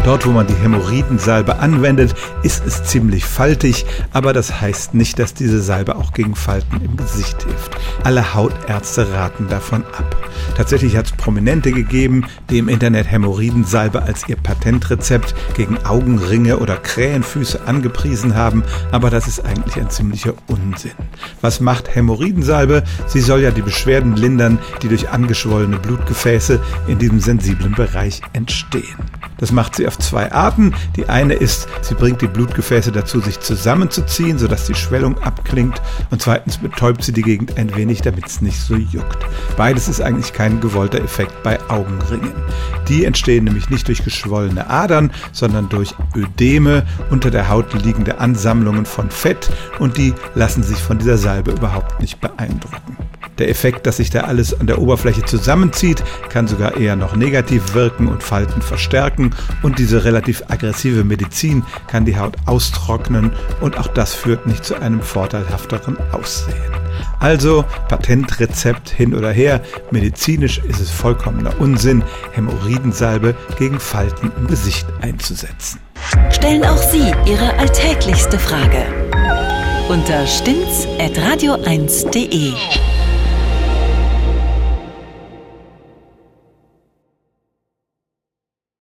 Dort, wo man die Hämorrhoidensalbe anwendet, ist es ziemlich faltig, aber das heißt nicht, dass diese Salbe auch gegen Falten im Gesicht hilft. Alle Hautärzte raten davon ab. Tatsächlich hat es Prominente gegeben, die im Internet Hämorrhoidensalbe als ihr Patentrezept gegen Augenringe oder Krähenfüße angepriesen haben, aber das ist eigentlich ein ziemlicher Unsinn. Was macht Hämorrhoidensalbe? Sie soll ja die Beschwerden lindern, die durch angeschwollene Blutgefäße in diesem sensiblen Bereich entstehen. Das macht sie auf 2 Arten. Die eine ist, sie bringt die Blutgefäße dazu, sich zusammenzuziehen, sodass die Schwellung abklingt. Und zweitens betäubt sie die Gegend ein wenig, damit es nicht so juckt. Beides ist eigentlich kein gewollter Effekt bei Augenringen. Die entstehen nämlich nicht durch geschwollene Adern, sondern durch Ödeme, unter der Haut liegende Ansammlungen von Fett, und die lassen sich von dieser Salbe überhaupt nicht beeindrucken. Der Effekt, dass sich da alles an der Oberfläche zusammenzieht, kann sogar eher noch negativ wirken und Falten verstärken, und diese relativ aggressive Medizin kann die Haut austrocknen, und auch das führt nicht zu einem vorteilhafteren Aussehen. Also Patentrezept hin oder her, medizinisch ist es vollkommener Unsinn, Hämorrhoidensalbe gegen Falten im Gesicht einzusetzen. Stellen auch Sie Ihre alltäglichste Frage unter stimmtz@radio1.de.